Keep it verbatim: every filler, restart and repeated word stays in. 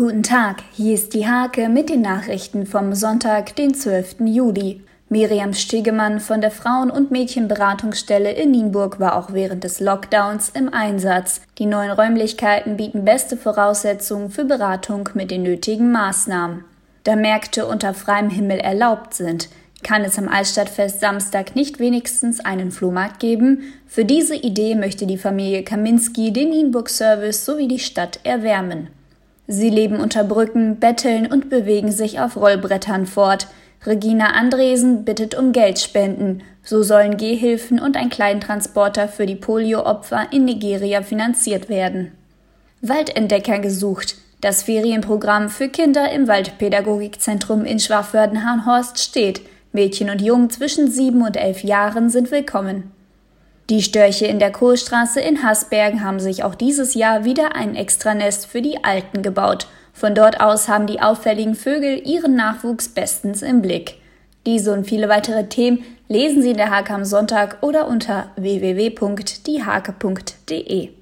Guten Tag, hier ist die Hake mit den Nachrichten vom Sonntag, den zwölften Juli. Miriam Stegemann von der Frauen- und Mädchenberatungsstelle in Nienburg war auch während des Lockdowns im Einsatz. Die neuen Räumlichkeiten bieten beste Voraussetzungen für Beratung mit den nötigen Maßnahmen. Da Märkte unter freiem Himmel erlaubt sind, kann es am Altstadtfest Samstag nicht wenigstens einen Flohmarkt geben? Für diese Idee möchte die Familie Kaminski den Nienburg-Service sowie die Stadt erwärmen. Sie leben unter Brücken, betteln und bewegen sich auf Rollbrettern fort. Regina Andresen bittet um Geldspenden. So sollen Gehhilfen und ein Kleintransporter für die Polio-Opfer in Nigeria finanziert werden. Waldentdecker gesucht. Das Ferienprogramm für Kinder im Waldpädagogikzentrum in Schwachwörden-Hahnhorst steht. Mädchen und Jungen zwischen sieben und elf Jahren sind willkommen. Die Störche in der Kohlstraße in Hasbergen haben sich auch dieses Jahr wieder ein Extranest für die Alten gebaut. Von dort aus haben die auffälligen Vögel ihren Nachwuchs bestens im Blick. Diese und viele weitere Themen lesen Sie in der Hake am Sonntag oder unter w w w punkt die hake punkt de.